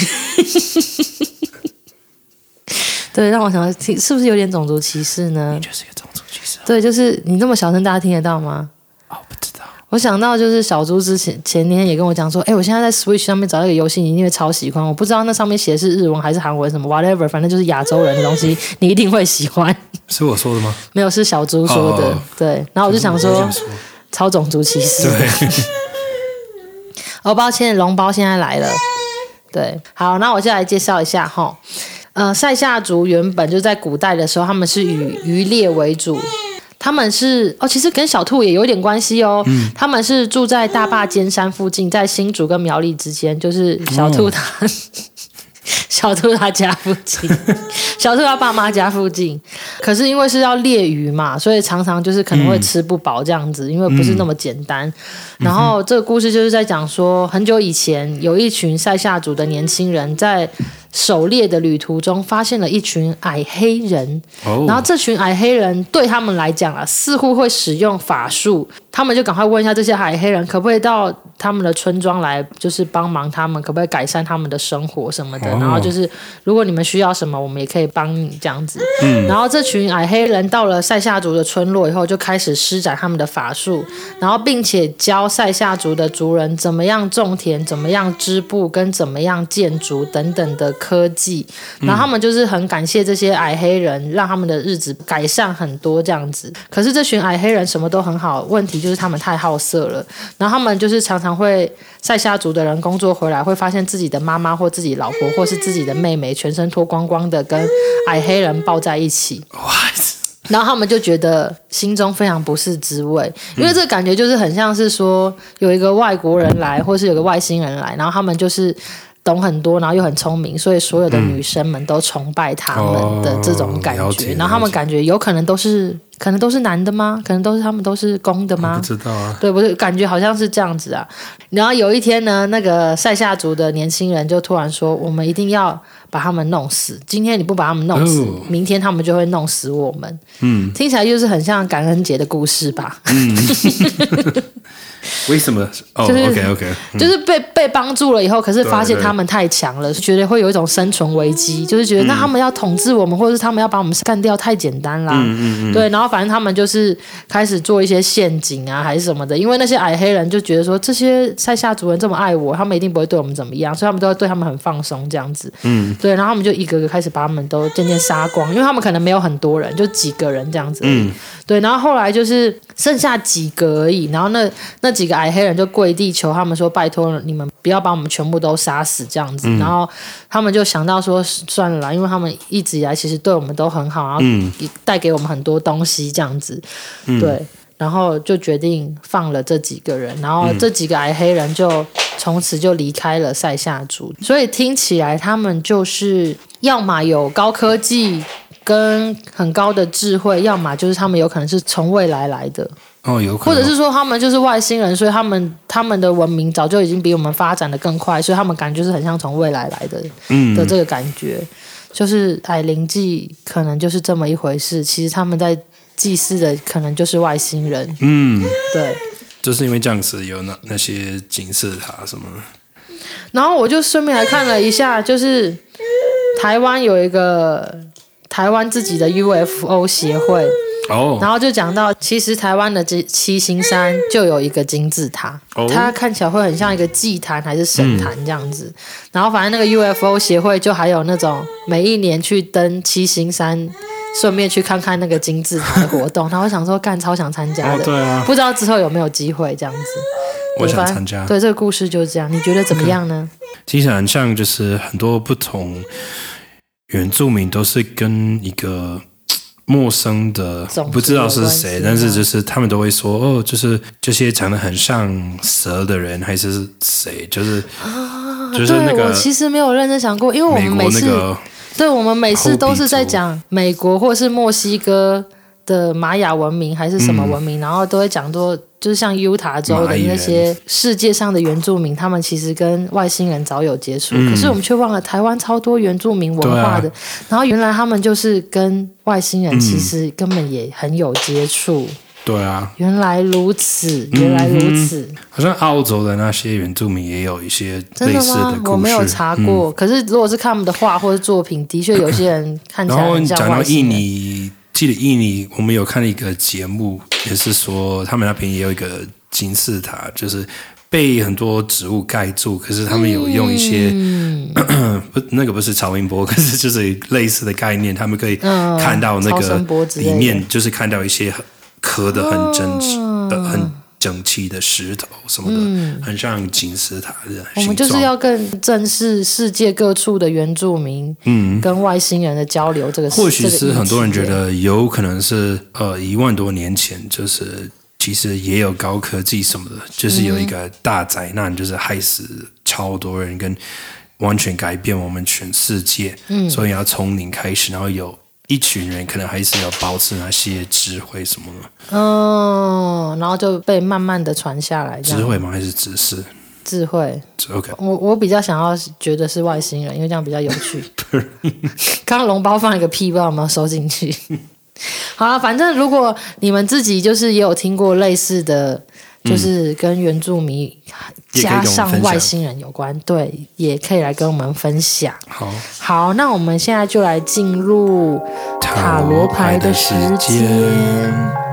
对，让我想到，是不是有点种族歧视呢？ 你就是一个种族歧视。 对，就是你这么小声，大家听得到吗？ 哦，不知道。 我想到就是小猪之前前天也跟我讲说，哎，我现在在 Switch 上面找到一个游戏，你一定会超喜欢。我不知道那上面写的是日文还是韩文，什么 whatever， 反正就是亚洲人的东西，你一定会喜欢。 是我说的吗？ 没有，是小猪说的。哦、对，然后我就想说，说超种族歧视。 对。 哦，抱歉，笼包现在来了。对，好，那我就来介绍一下哈。 呃，塞夏族原本就在古代的时候，他们是以渔猎为主。他们是哦，其实跟小兔也有一点关系哦。嗯、他们是住在大坝尖山附近，在新竹跟苗栗之间，就是小兔他、哦、小兔他家附近，小兔他爸妈家附近。可是因为是要猎鱼嘛，所以常常就是可能会吃不饱这样子，嗯、因为不是那么简单。嗯、然后这个故事就是在讲说，很久以前有一群塞夏族的年轻人在狩猎的旅途中发现了一群矮黑人， oh. 然后这群矮黑人对他们来讲啊，似乎会使用法术，他们就赶快问一下这些矮黑人可不可以到他们的村庄来，就是帮忙他们，可不可以改善他们的生活什么的， oh. 然后就是如果你们需要什么，我们也可以帮你这样子。嗯、然后这群矮黑人到了塞夏族的村落以后，就开始施展他们的法术，然后并且教塞夏族的族人怎么样种田，怎么样织布，跟怎么样建筑等等的科技，然后他们就是很感谢这些矮黑人，让他们的日子改善很多这样子。可是这群矮黑人什么都很好，问题就是他们太好色了，然后他们就是常常会塞夏族的人工作回来，会发现自己的妈妈或自己老婆或是自己的妹妹全身脱光光的跟矮黑人抱在一起。然后他们就觉得心中非常不是滋味，因为这个感觉就是很像是说有一个外国人来，或是有个外星人来，然后他们就是懂很多，然后又很聪明，所以所有的女生们都崇拜他们的这种感觉。嗯、然后他们感觉有可能都是，可能都是男的吗？可能都是他们都是公的吗？ 不知道啊。对， 我就感觉好像是这样子啊。然后有一天呢，那个塞夏族的年轻人就突然说：“我们一定要把他们弄死。今天你不把他们弄死，哦、明天他们就会弄死我们。”嗯，听起来就是很像感恩节的故事吧？嗯。 为什么？哦、 就是 ，OK OK，、嗯、 就是被被帮助了以后，可是发现他们太强了，觉得会有一种生存危机，就是觉得、嗯、那他们要统治我们，或者是他们要把我们干掉，太简单啦。嗯嗯嗯。对，然后反正他们就是开始做一些陷阱啊，还是什么的，因为那些矮黑人就觉得说，这些塞夏族人这么爱我，他们一定不会对我们怎么样，所以他们都会对他们很放松这样子。嗯。对，然后他们就一个个开始把他们都渐渐杀光，因为他们可能没有很多人，就几个人这样子。嗯。对，然后后来就是剩下几个而已，然后那那几个矮黑人就跪地求他们说：“拜托你们不要把我们全部都杀死这样子。嗯”然后他们就想到说：“算了啦，因为他们一直以来其实对我们都很好，然后带给我们很多东西这样子。嗯”对，然后就决定放了这几个人，然后这几个矮黑人就从此就离开了塞夏族。所以听起来他们就是要么有高科技跟很高的智慧，要么就是他们有可能是从未来来的。 哦，有可能， 或者是说他们就是外星人，所以他们他们的文明早就已经比我们发展的更快，所以他们感觉就是很像从未来来的、嗯、的这个感觉，就是矮灵祭可能就是这么一回事。其实他们在祭祀的可能就是外星人。嗯，对， 就是因为这样子有那那些金字塔什么的。 然后我就顺便来看了一下，就是台湾有一个台湾自己的 U F O 协会。Oh. 然后就讲到，其实台湾的七星山就有一个金字塔， oh. 它看起来会很像一个祭坛还是神坛这样子。嗯、然后反正那个 U F O 协会就还有那种每一年去登七星山，顺便去看看那个金字塔的活动。然后我想说，干超想参加的， oh, 对啊，不知道之后有没有机会这样子。 我想参加。 对，这个故事就是这样，你觉得怎么样呢？ Okay. 听起来很像，就是很多不同原住民都是跟一个陌生的不知道是谁，但是就是他们都会说哦，就是这些长得很像蛇的人还是谁，就是、啊、就是那个。 我其实没有认真想过，因为我们每次、那個、对我们每次都是在讲美国或是墨西哥的玛雅文明还是什么文明，嗯、然后都会讲多。就是像犹他州的那些世界上的原住民，他们其实跟外星人早有接触、嗯、可是我们却忘了台湾超多原住民文化的、啊、然后原来他们就是跟外星人其实根本也很有接触、嗯、对啊，原来如此原来如此、嗯、 好像澳洲的那些原住民也有一些类似的故事。真的吗？ 我没有查过、嗯、可是如果是看他们的画或者作品，的确有些人看起来很像外星人。然后讲到印尼，记得印尼我们有看了一个节目，也是说他们那边也有一个金字塔，就是被很多植物盖住，可是他们有用一些、嗯、不那个不是超音波，可是就是类似的概念，他们可以看到那个里面，就是看到一些刻的很真实、哦呃、很整齐的石头什么的，嗯、很像金字塔的形状。 我们就是要更正视世界各处的原住民，嗯，跟外星人的交流这个事。 或许是很多人觉得有可能是呃一万多年前，就是其实也有高科技什么的，就是有一个大灾难，就是害死超多人，跟完全改变我们全世界。嗯，所以要从零开始，然后有。一群人可能还是要保持那些智慧什么的， 嗯，然后就被慢慢的传下来。 智慧吗？还是知识？ 智慧。 OK， 我我比较想要觉得是外星人，因为这样比较有趣。刚刚笼包放一个屁，不知道有没有收进去。好了，反正如果你们自己就是也有听过类似的。就是跟原住民加上外星人有关，对，也可以来跟我们分享。 好， 好，那我们现在就来进入塔罗牌的时间。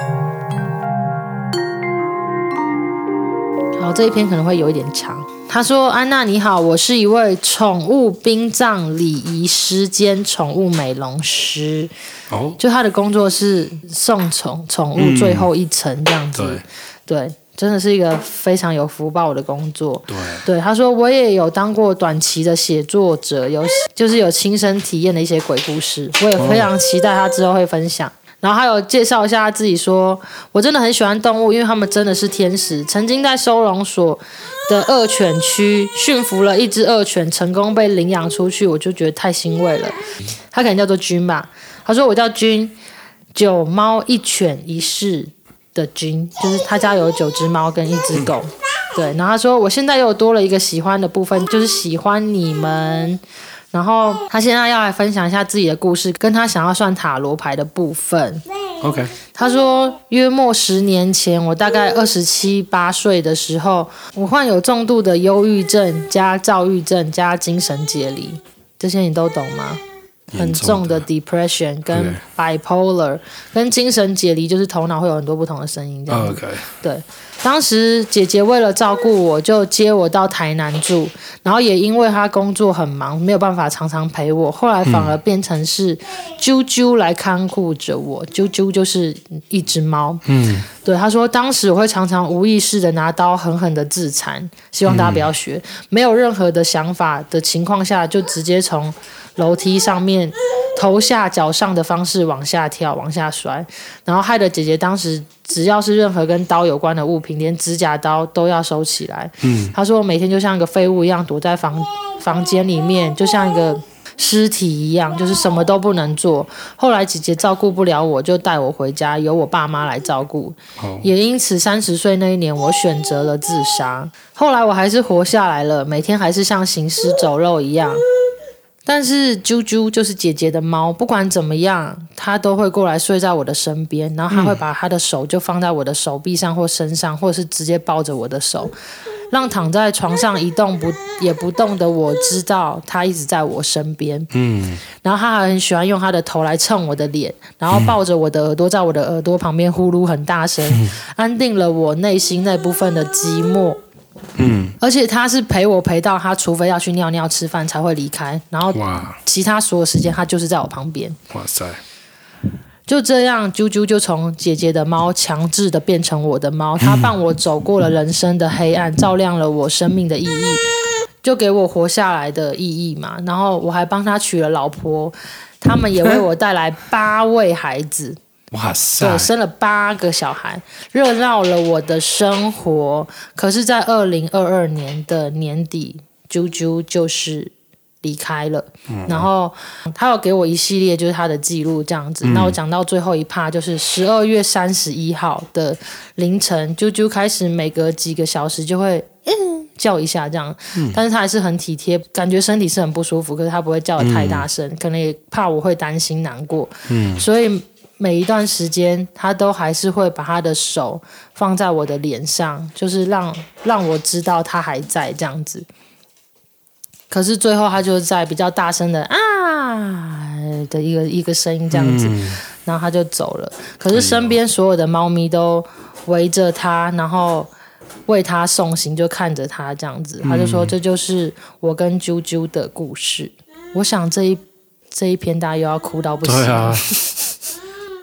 好，这一篇可能会有一点长。他说：“安娜你好，我是一位宠物殡葬礼仪师兼宠物美容师。哦，就他的工作是送宠宠物最后一程这样子。嗯、对。对”真的是一个非常有福报的工作。 对， 对，他说我也有当过短期的写作者，有就是有亲身体验的一些鬼故事，我也非常期待他之后会分享。然后还有介绍一下他自己说，我真的很喜欢动物，因为他们真的是天使。曾经在收容所的恶犬区驯服了一只恶犬，成功被领养出去，我就觉得太欣慰了。他可能叫做君吧。他说我叫君，九猫一犬一世。的君，就是他家有九只猫跟一只狗，对。然后他说我现在又多了一个喜欢的部分，就是喜欢你们。然后他现在要来分享一下自己的故事，跟他想要算塔罗牌的部分。 OK， 他说约莫十年前，我大概二十七八岁的时候，我患有重度的忧郁症加躁郁症加精神解离，这些你都懂吗？很重的 depression 跟 bipolar 跟精神解离，就是头脑会有很多不同的声音这样子。 Okay. 对，当时姐姐为了照顾我，就接我到台南住，然后也因为她工作很忙，没有办法常常陪我，后来反而变成是啾啾来看顾着我。啾啾就是一只猫。嗯，对，她说当时我会常常无意识的拿刀狠狠的自残，希望大家不要学，嗯、没有任何的想法的情况下，就直接从楼梯上面头下脚上的方式往下跳往下摔，然后害得姐姐当时只要是任何跟刀有关的物品，连指甲刀都要收起来。嗯，她说我每天就像一个废物一样躲在房房间里面，就像一个尸体一样，就是什么都不能做。后来姐姐照顾不了我，就带我回家，由我爸妈来照顾。哦、也因此三十岁那一年，我选择了自杀。后来我还是活下来了，每天还是像行尸走肉一样。但是啾啾就是姐姐的猫，不管怎么样，它都会过来睡在我的身边，然后它会把它的手就放在我的手臂上或身上，或者是直接抱着我的手，让躺在床上一动不也不动的我知道它一直在我身边。嗯，然后它还很喜欢用它的头来蹭我的脸，然后抱着我的耳朵，在我的耳朵旁边呼噜很大声，安定了我内心那部分的寂寞。嗯，而且他是陪我陪到他，除非要去尿尿吃饭才会离开，然后其他所有时间他就是在我旁边。 哇塞！ 就这样，啾啾就从姐姐的猫强制的变成我的猫，他伴我走过了人生的黑暗，照亮了我生命的意义，就给我活下来的意义嘛。然后我还帮他娶了老婆，他们也为我带来八位孩子。 哇塞！ 对，生了八个小孩，热闹了我的生活。可是，在二零二二年的年底，啾啾就是离开了。嗯、然后他有给我一系列就是他的记录这样子。嗯、那我讲到最后一趴，就是十二月三十一号的凌晨，啾啾开始每隔几个小时就会嗯叫一下这样，嗯、但是他还是很体贴，感觉身体是很不舒服，可是他不会叫得太大声，嗯、可能也怕我会担心难过。嗯，所以。每一段时间，他都还是会把他的手放在我的脸上，就是让让我知道他还在这样子。可是最后，他就在比较大声的啊的一个一个声音这样子，嗯、然后他就走了。可是身边所有的猫咪都围着他，然后为他送行，就看着他这样子。他就说：“这就是我跟啾啾的故事。”我想这一这一篇大家又要哭到不行。 对啊。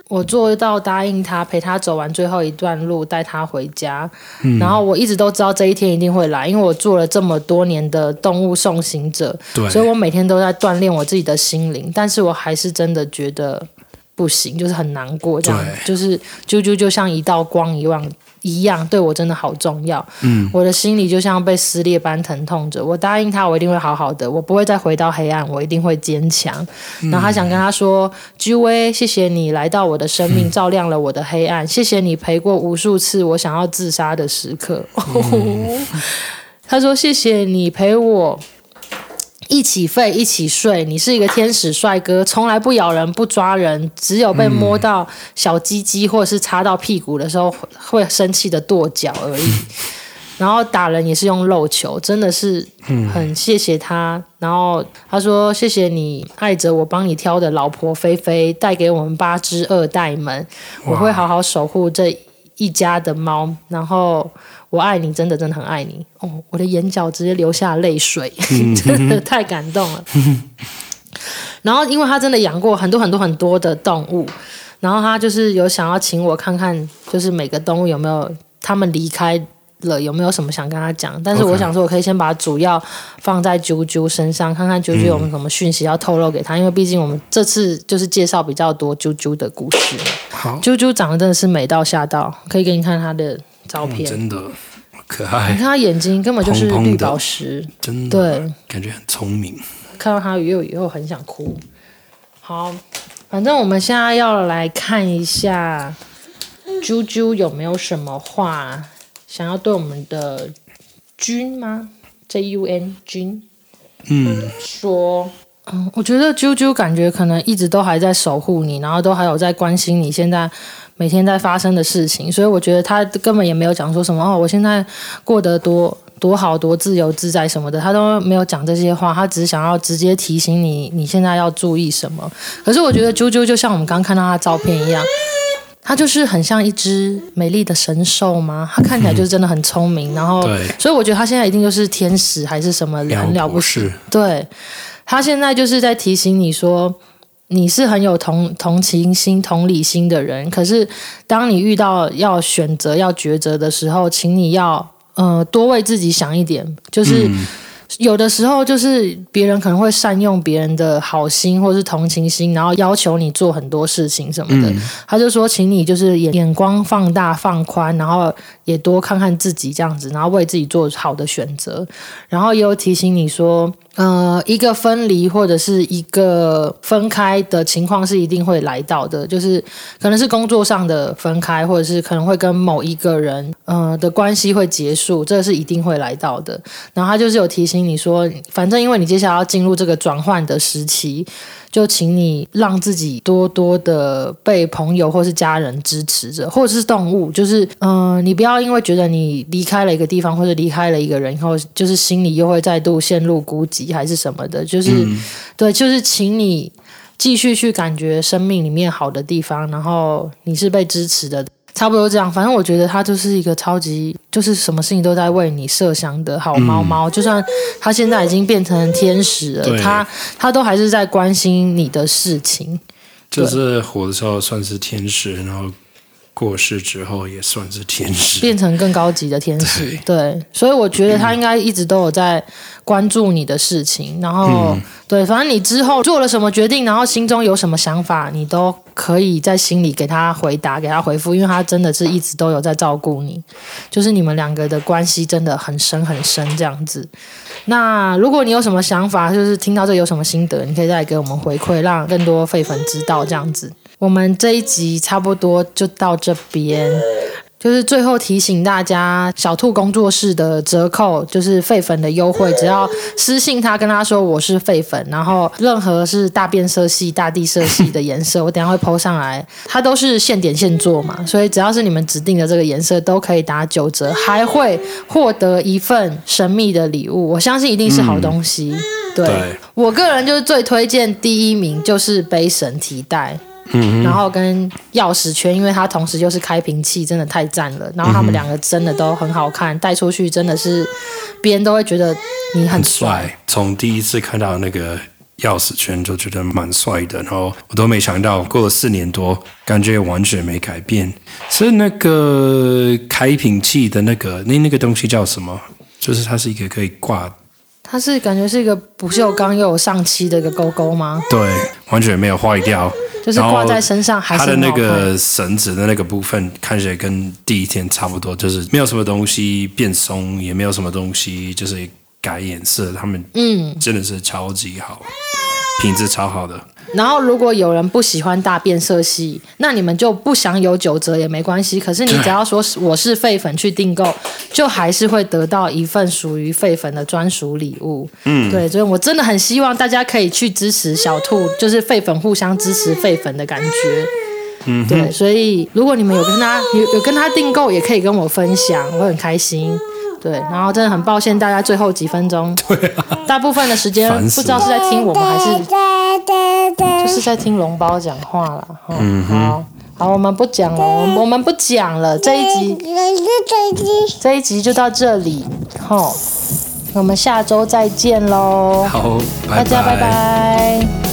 我做到答应他，陪他走完最后一段路，带他回家。嗯、然后我一直都知道这一天一定会来，因为我做了这么多年的动物送行者，所以我每天都在锻炼我自己的心灵。但是我还是真的觉得不行，就是很难过，这样就是啾啾就像一道光一样。一样对我真的好重要，嗯，我的心里就像被撕裂般疼痛着。我答应他，我一定会好好的，我不会再回到黑暗，我一定会坚强。嗯、然后他想跟他说：“居威，谢谢你来到我的生命，照亮了我的黑暗，谢谢你陪过无数次我想要自杀的时刻。嗯”他说：“谢谢你陪我。”一起吠一起睡，你是一个天使帅哥，从来不咬人不抓人，只有被摸到小鸡鸡或者是插到屁股的时候会生气的跺脚而已。然后打人也是用肉球，真的是很谢谢他。然后他说谢谢你爱着我帮你挑的老婆菲菲，带给我们八只二代们，我会好好守护这一家的猫。然后我爱你，真的真的很爱你哦！我的眼角直接流下泪水，真的太感动了。然后，因为他真的养过很多很多很多的动物，然后他就是有想要请我看看，就是每个动物有没有他们离开了有没有什么想跟他讲。但是我想说，我可以先把主要放在啾啾身上，看看啾啾有没有什么讯息要透露给他，因为毕竟我们这次就是介绍比较多啾啾的故事。 好， 啾啾长得真的是美到吓到，可以给你看他的照片， 哦、真的可爱。 你看他眼睛根本就是绿宝石， 砰砰真的， 对， 感觉很聪明。 看到他又以后很想哭。好，反正我们现在要来看一下啾啾有没有什么话想要对我们的君吗 ？J U N 君，嗯，说。嗯，我觉得啾啾感觉可能一直都还在守护你，然后都还有在关心你现在每天在发生的事情，所以我觉得他根本也没有讲说什么哦，我现在过得多多好多自由自在什么的，他都没有讲这些话，他只是想要直接提醒你你现在要注意什么。可是我觉得啾啾就像我们刚刚看到他的照片一样，他就是很像一只美丽的神兽嘛，他看起来就是真的很聪明，然后所以我觉得他现在一定就是天使还是什么很了不起，对。他现在就是在提醒你说，你是很有同同情心、同理心的人。可是，当你遇到要选择、要抉择的时候，请你要呃多为自己想一点。就是有的时候，就是别人可能会善用别人的好心或是同情心，然后要求你做很多事情什么的。嗯、他就说，请你就是眼眼光放大、放宽，然后也多看看自己这样子，然后为自己做好的选择。然后也有提醒你说。呃，一个分离或者是一个分开的情况是一定会来到的，就是可能是工作上的分开，或者是可能会跟某一个人呃的关系会结束，这是一定会来到的。然后他就是有提醒你说，反正因为你接下来要进入这个转换的时期，就请你让自己多多的被朋友或是家人支持着，或者是动物，就是嗯、呃，你不要因为觉得你离开了一个地方或者离开了一个人以后，就是心里又会再度陷入孤寂。还是什么的，就是、嗯、对，就是请你继续去感觉生命里面好的地方，然后你是被支持的，差不多这样。反正我觉得他就是一个超级，就是什么事情都在为你设想的好猫猫。嗯、就算他现在已经变成天使了，他他都还是在关心你的事情。 就是活的时候算是天使，然后。过世之后也算是天使， 变成更高级的天使。对，对，所以我觉得他应该一直都有在关注你的事情。然后，嗯、对，反正你之后做了什么决定，然后心中有什么想法，你都可以在心里给他回答，给他回复，因为他真的是一直都有在照顾你，就是你们两个的关系真的很深很深这样子。那如果你有什么想法，就是听到这有什么心得，你可以再来给我们回馈，让更多废粉知道这样子。我们这一集差不多就到这边，就是最后提醒大家，小兔工作室的折扣就是废粉的优惠，只要私信他跟他说我是废粉，然后任何是大变色系、大地色系的颜色，我等一下会 po 上来，它都是现点现做嘛，所以只要是你们指定的这个颜色都可以打九折，还会获得一份神秘的礼物，我相信一定是好东西。嗯、对, 对我个人就是最推荐第一名就是杯神提袋。嗯、然后跟钥匙圈，因为它同时又是开瓶器，真的太赞了。然后他们两个真的都很好看，带出去真的是别人都会觉得你很帅。 从第一次看到那个钥匙圈，就觉得蛮帅的。然后我都没想到，过了四年多，感觉完全没改变。是那个开瓶器的那个那那个东西叫什么？就是它是一个可以挂。 它是感觉是一个不锈钢又有上漆的一个勾勾吗？ 对，完全没有坏掉， 就是挂在身上还是它的那个绳子的那个部分看起来跟第一天差不多，就是没有什么东西变松，也没有什么东西就是改颜色，他们嗯真的是超级好，品质超好的。 然后如果有人不喜欢大变色系，那你们就不享有九折也没关系。可是你只要说我是废粉去订购，就还是会得到一份属于废粉的专属礼物。嗯，对，所以我真的很希望大家可以去支持小兔，就是废粉互相支持废粉的感觉。嗯，对，所以如果你们有跟他有有跟他订购，也可以跟我分享，我会很开心。对，然后真的很抱歉，大家最后几分钟， 对啊， 大部分的时间不知道是在听我们还是就是在听龙包讲话了。嗯，好，好，我们不讲了，我们我们不讲了，这一集这一集就到这里，吼，我们下周再见喽， 好， 大家拜拜。